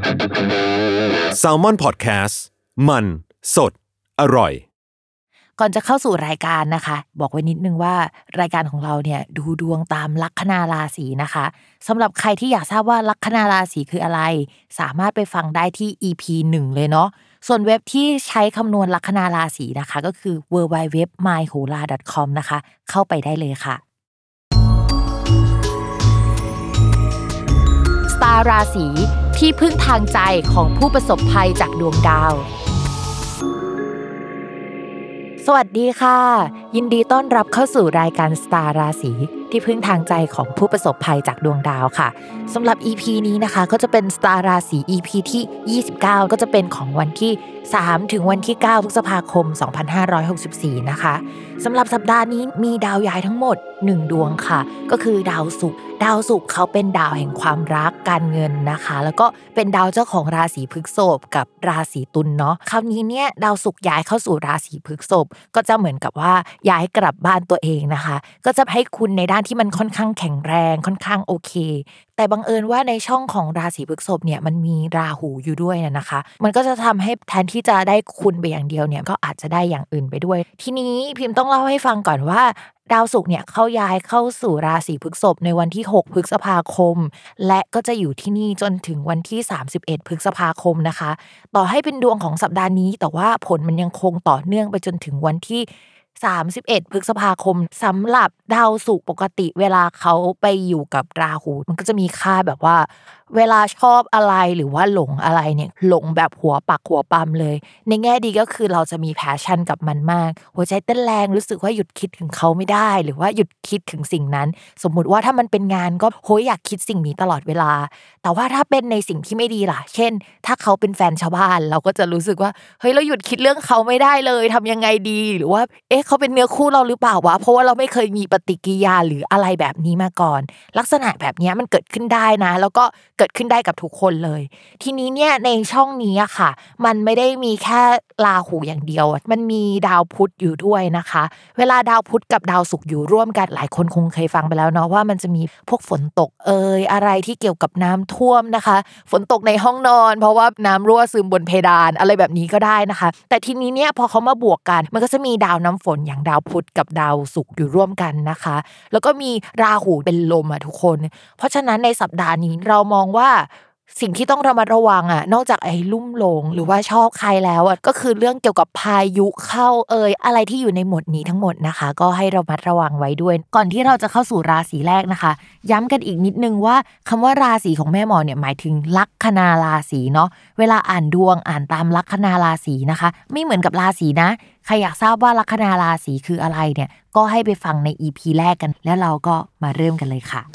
Salmon Podcast มันสดอร่อยก่อนจะเข้าสู่รายการนะคะบอกไว้นิดนึงว่ารายการของเราเนี่ยดูดวงตามลัคนาราศีนะคะสำหรับใครที่อยากทราบว่าลัคนาราศีคืออะไรสามารถไปฟังได้ที่ EP 1เลยเนาะส่วนเว็บที่ใช้คำนวณลัคนาราศีนะคะก็คือ www.myhola.com นะคะเข้าไปได้เลยค่ะสตาร์ราศีที่พึ่งทางใจของผู้ประสบภัยจากดวงดาวสวัสดีค่ะยินดีต้อนรับเข้าสู่รายการสตาร์ราศีที่พึ่งทางใจของผู้ประสบภัยจากดวงดาวค่ะสำหรับ EP นี้นะคะก็จะเป็นสตาร์ราศี EP ที่29ก็จะเป็นของวันที่3ถึงวันที่9พฤษภาคม2564นะคะสำหรับสัปดาห์นี้มีดาวย้ายทั้งหมด1ดวงค่ะก็คือดาวศุกร์เขาเป็นดาวแห่งความรักการเงินนะคะแล้วก็เป็นดาวเจ้าของราศีพฤษภกับราศีตุลเนาะคราวนี้เนี่ยดาวศุกร์ย้ายเข้าสู่ราศีพฤษภก็จะเหมือนกับว่าย้ายกลับบ้านตัวเองนะคะก็จะให้คุณในด้านที่มันค่อนข้างแข็งแรงค่อนข้างโอเคแต่บังเอิญว่าในช่องของราศีพฤษภเนี่ยมันมีราหูอยู่ด้วยนะคะมันก็จะทำให้แทนที่จะได้คุณไปอย่างเดียวเนี่ยก็อาจจะได้อย่างอื่นไปด้วยทีนี้พิมพ์ต้องเล่าให้ฟังก่อนว่าดาวศุกร์เนี่ยเขาย้ายเข้าสู่ราศีพฤษภในวันที่6พฤษภาคมและก็จะอยู่ที่นี่จนถึงวันที่31พฤษภาคมนะคะต่อให้เป็นดวงของสัปดาห์นี้แต่ว่าผลมันยังคงต่อเนื่องไปจนถึงวันที่31พฤษภาคมสำหรับดาวศุกร์ปกติเวลาเขาไปอยู่กับราหูมันก็จะมีค่าแบบว่าเวลาชอบอะไรหรือว่าหลงอะไรเนี่ยหลงแบบหัวปักหัวปั๊มเลยในแง่ดีก็คือเราจะมีแพชชั่นกับมันมากหัวใจเต้นแรงรู้สึกว่าหยุดคิดถึงเขาไม่ได้หรือว่าหยุดคิดถึงสิ่งนั้นสมมุติว่าถ้ามันเป็นงานก็โหยอยากคิดสิ่งนี้ตลอดเวลาแต่ว่าถ้าเป็นในสิ่งที่ไม่ดีล่ะเช่นถ้าเขาเป็นแฟนชาวบ้านเราก็จะรู้สึกว่าเฮ้ยเราหยุดคิดเรื่องเขาไม่ได้เลยทำยังไงดีหรือว่าเขาเป็นเนื้อคู่เราหรือเปล่าวะเพราะว่าเราไม่เคยมีปฏิกิริยาหรืออะไรแบบนี้มาก่อนลักษณะแบบนี้มันเกิดขึ้นได้นะแล้วก็เกิดขึ้นได้กับทุกคนเลยทีนี้เนี่ยในช่องนี้อะค่ะมันไม่ได้มีแค่ราหูอย่างเดียวมันมีดาวพุธอยู่ด้วยนะคะเวลาดาวพุธกับดาวศุกร์อยู่ร่วมกันหลายคนคงเคยฟังไปแล้วเนาะว่ามันจะมีพวกฝนตกอะไรที่เกี่ยวกับน้ำท่วมนะคะฝนตกในห้องนอนเพราะว่าน้ำรั่วซึมบนเพดานอะไรแบบนี้ก็ได้นะคะแต่ทีนี้เนี่ยพอเขามาบวกกันมันก็จะมีดาวน้ำฝนอย่างดาวพุธกับดาวศุกร์อยู่ร่วมกันนะคะแล้วก็มีราหูเป็นลมทุกคนเพราะฉะนั้นในสัปดาห์นี้เรามองว่าสิ่งที่ต้องระมัดระวังนอกจากลุ่มหลงหรือว่าชอบใครแล้วก็คือเรื่องเกี่ยวกับพายุเข้าอะไรที่อยู่ในหมวดนี้ทั้งหมดนะคะก็ให้ระมัดระวังไว้ด้วยก่อนที่เราจะเข้าสู่ราศีแรกนะคะย้ำกันอีกนิดนึงว่าคำว่าราศีของแม่หมอเนี่ยหมายถึงลัคนาราศีเนาะเวลาอ่านดวงอ่านตามลัคนาราศีนะคะไม่เหมือนกับราศีนะใครอยากทราบว่าลัคนาราศีคืออะไรเนี่ยก็ให้ไปฟังใน EP แรกกันแล้วเราก็มาเริ่มกันเลยค่ะ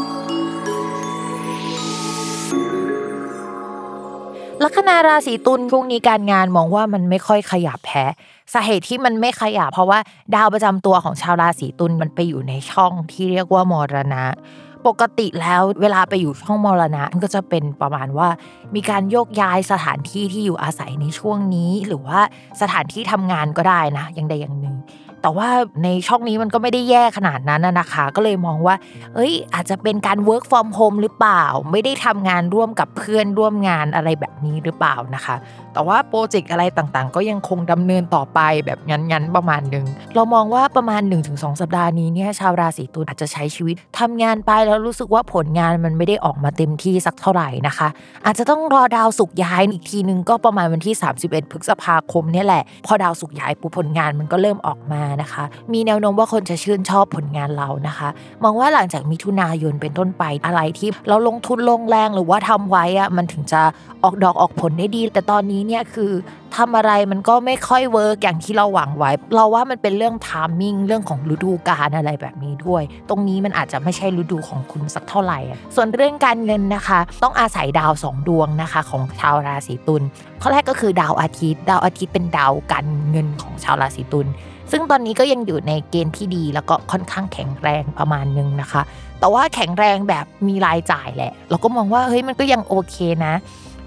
ลัคนาราศีตุลช่วงนี้การงานมองว่ามันไม่ค่อยขยับสาเหตุที่มันไม่ขยับเพราะว่าดาวประจำตัวของชาวราศีตุลมันไปอยู่ในช่องที่เรียกว่ามรณะปกติแล้วเวลาไปอยู่ช่องมรณะมันก็จะเป็นประมาณว่ามีการโยกย้ายสถานที่ที่อยู่อาศัยในช่วงนี้หรือว่าสถานที่ทำงานก็ได้นะอย่างใดอย่างหนึ่งแต่ว่าในช่องนี้มันก็ไม่ได้แย่ขนาดนั้นนะคะก็เลยมองว่าอาจจะเป็นการ work from home หรือเปล่าไม่ได้ทำงานร่วมกับเพื่อนร่วมงานอะไรแบบนี้หรือเปล่านะคะแต่ว่าโปรเจกต์อะไรต่างๆก็ยังคงดำเนินต่อไปแบบงั้นๆประมาณนึงเรามองว่าประมาณ 1-2 สัปดาห์นี้เนี่ยชาวราศีตุลอาจจะใช้ชีวิตทำงานไปแล้วรู้สึกว่าผลงานมันไม่ได้ออกมาเต็มที่สักเท่าไหร่นะคะอาจจะต้องรอดาวศุกร์ย้ายอีกทีนึงก็ประมาณวันที่31พฤษภาคมเนี่ยแหละพอดาวศุกร์ย้ายปุ๊บผลงานมันก็เริ่มออกมานะคะมีแนวโน้มว่าคนจะชื่นชอบผลงานเรานะคะมองว่าหลังจากมิถุนายนเป็นต้นไปอะไรที่เราลงทุนลงแรงหรือว่าทำไว้มันถึงจะออกดอกออกผลได้ดีแต่ตอนนี้เนี่ยคือทำอะไรมันก็ไม่ค่อยเวิร์กอย่างที่เราหวังไว้เราว่ามันเป็นเรื่องไทมิ่งเรื่องของฤดูกาลอะไรแบบนี้ด้วยตรงนี้มันอาจจะไม่ใช่ฤดูของคุณสักเท่าไหร่ส่วนเรื่องการเงินนะคะต้องอาศัยดาว2ดวงนะคะของชาวราศีตุลข้อแรกก็คือดาวอาทิตย์เป็นดาวการเงินของชาวราศีตุลซึ่งตอนนี้ก็ยังอยู่ในเกณฑ์ที่ดีแล้วก็ค่อนข้างแข็งแรงประมาณนึงนะคะแต่ว่าแข็งแรงแบบมีรายจ่ายแหละเราก็มองว่าเฮ้ยมันก็ยังโอเคนะ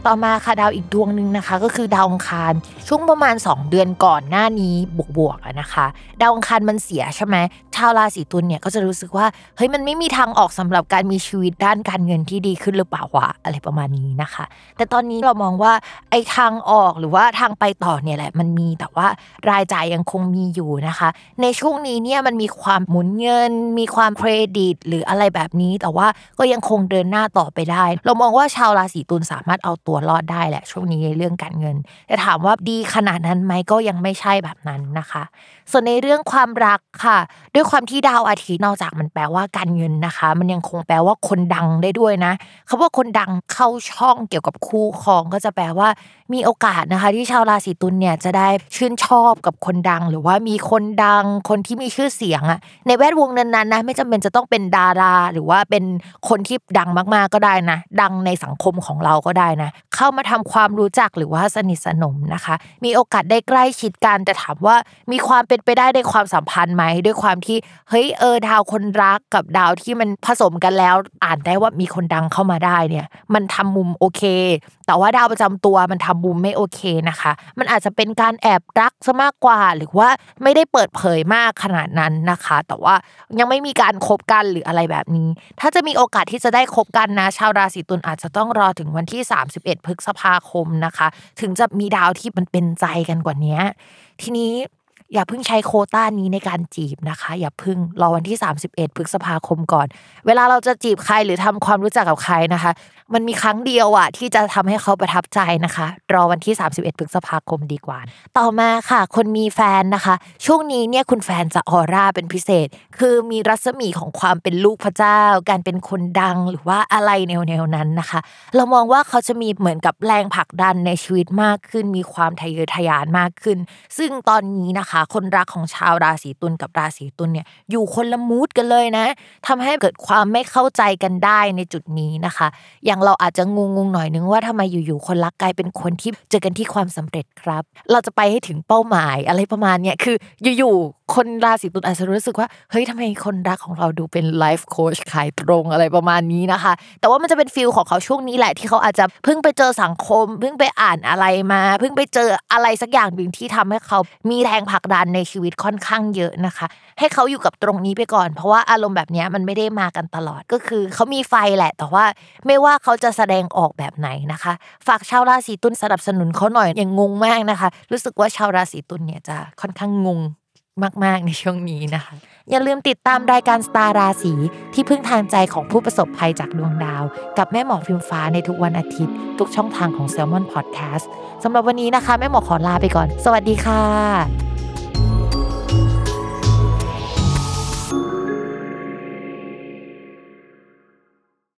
ต่อมาค่ะดาวอีกดวงนึงนะคะก็คือดาวอังคารช่วงประมาณ2เดือนก่อนหน้านี้บวกๆนะคะดาวอังคารมันเสียใช่ไหมชาวราศีตุลเนี่ยก็จะรู้สึกว่าเฮ้ยมันไม่มีทางออกสำหรับการมีชีวิตด้านการเงินที่ดีขึ้นหรือเปล่าวะอะไรประมาณนี้นะคะแต่ตอนนี้เรามองว่าไอ้ทางออกหรือว่าทางไปต่อเนี่ยแหละมันมีแต่ว่ารายจ่ายยังคงมีอยู่นะคะในช่วงนี้เนี่ยมันมีความหมุนเงินมีความเครดิตหรืออะไรแบบนี้แต่ว่าก็ยังคงเดินหน้าต่อไปได้เรามองว่าชาวราศีตุลสามารถเอาตัวรอดได้แหละช่วงนี้ในเรื่องการเงินแต่ถามว่าดีขนาดนั้นไหมก็ยังไม่ใช่แบบนั้นนะคะส่วนในเรื่องความรักค่ะด้วยความที่ดาวอาทิตย์นอกจากมันแปลว่าการเงินนะคะมันยังคงแปลว่าคนดังได้ด้วยนะคำว่าคนดังเข้าช่องเกี่ยวกับคู่ครองก็จะแปลว่ามีโอกาสนะคะที่ชาวราศีตุลเนี่ยจะได้ชื่นชอบกับคนดังหรือว่ามีคนดังคนที่มีชื่อเสียงอะในแวดวงนั้นๆนะไม่จำเป็นจะต้องเป็นดาราหรือว่าเป็นคนที่ดังมากๆก็ได้นะดังในสังคมของเราก็ได้นะเข้ามาทำความรู้จักหรือว่าสนิทสนมนะคะมีโอกาสได้ใกล้ชิดกันแต่ถามว่ามีความเป็นไปได้ในความสัมพันธ์ไหมด้วยความที่เฮ้ยดาวคนรักกับดาวที่มันผสมกันแล้วอ่านได้ว่ามีคนดังเข้ามาได้เนี่ยมันทำมุมโอเคแต่ว่าดาวประจำตัวมันทำมุมไม่โอเคนะคะมันอาจจะเป็นการแอบรักซะมากกว่าหรือว่าไม่ได้เปิดเผยมากขนาดนั้นนะคะแต่ว่ายังไม่มีการคบกันหรืออะไรแบบนี้ถ้าจะมีโอกาสที่จะได้คบกันนะชาวราศีตุลอาจจะต้องรอถึงวันที่31พฤษภาคมนะคะถึงจะมีดาวที่มันเป็นใจกันกว่านี้ทีนี้อย่าเพิ่งใช้โควต้านี้ในการจีบนะคะอย่าเพิ่งรอวันที่31พฤษภาคมก่อนเวลาเราจะจีบใครหรือทำความรู้จักกับใครนะคะมันมีครั้งเดียวอะที่จะทำให้เขาประทับใจนะคะรอวันที่31พฤษภาคมดีกว่าต่อมาค่ะคนมีแฟนนะคะช่วงนี้เนี่ยคุณแฟนจะออร่าเป็นพิเศษคือมีรัศมีของความเป็นลูกพระเจ้าการเป็นคนดังหรือว่าอะไรแนวๆนั้นนะคะเรามองว่าเขาจะมีเหมือนกับแรงผลักดันในชีวิตมากขึ้นมีความทะเยอทะยานมากขึ้นซึ่งตอนนี้นะคะคนรักของชาวราศีตุลกับราศีตุลเนี่ยอยู่คนละมูดกันเลยนะทำให้เกิดความไม่เข้าใจกันได้ในจุดนี้นะคะอย่างเราอาจจะงงหน่อยนึงว่าทำไมอยู่ๆคนรักกลายเป็นคนที่เจอกันที่ความสำเร็จครับเราจะไปให้ถึงเป้าหมายอะไรประมาณเนี้ยคืออยู่ๆคนราศีตุลอาจจะรู้สึกว่าเฮ้ยทำไมคนรักของเราดูเป็นไลฟ์โค้ชขายตรงอะไรประมาณนี้นะคะแต่ว่ามันจะเป็นฟีลของเขาช่วงนี้แหละที่เขาอาจจะเพิ่งไปเจอสังคมเพิ่งไปอ่านอะไรมาเพิ่งไปเจออะไรสักอย่างนึงที่ทำให้เขามีแรงผลักดันในชีวิตค่อนข้างเยอะนะคะให้เขาอยู่กับตรงนี้ไปก่อนเพราะว่าอารมณ์แบบนี้มันไม่ได้มากันตลอดก็คือเขามีไฟแหละแต่ว่าไม่ว่าเขาจะแสดงออกแบบไหนนะคะฝากชาวราศีตุลสนับสนุนเขาหน่อยอย่างงงมากนะคะรู้สึกว่าชาวราศีตุลเนี่ยจะค่อนข้างงงมากๆในช่วงนี้นะคะอย่าลืมติดตามรายการสตาร์ราศีที่พึ่งทางใจของผู้ประสบภัยจากดวงดาวกับแม่หมอพิมฟ้าในทุกวันอาทิตย์ทุกช่องทางของ Salmon Podcast สำหรับวันนี้นะคะแม่หมอขอลาไปก่อนสวัสดีค่ะ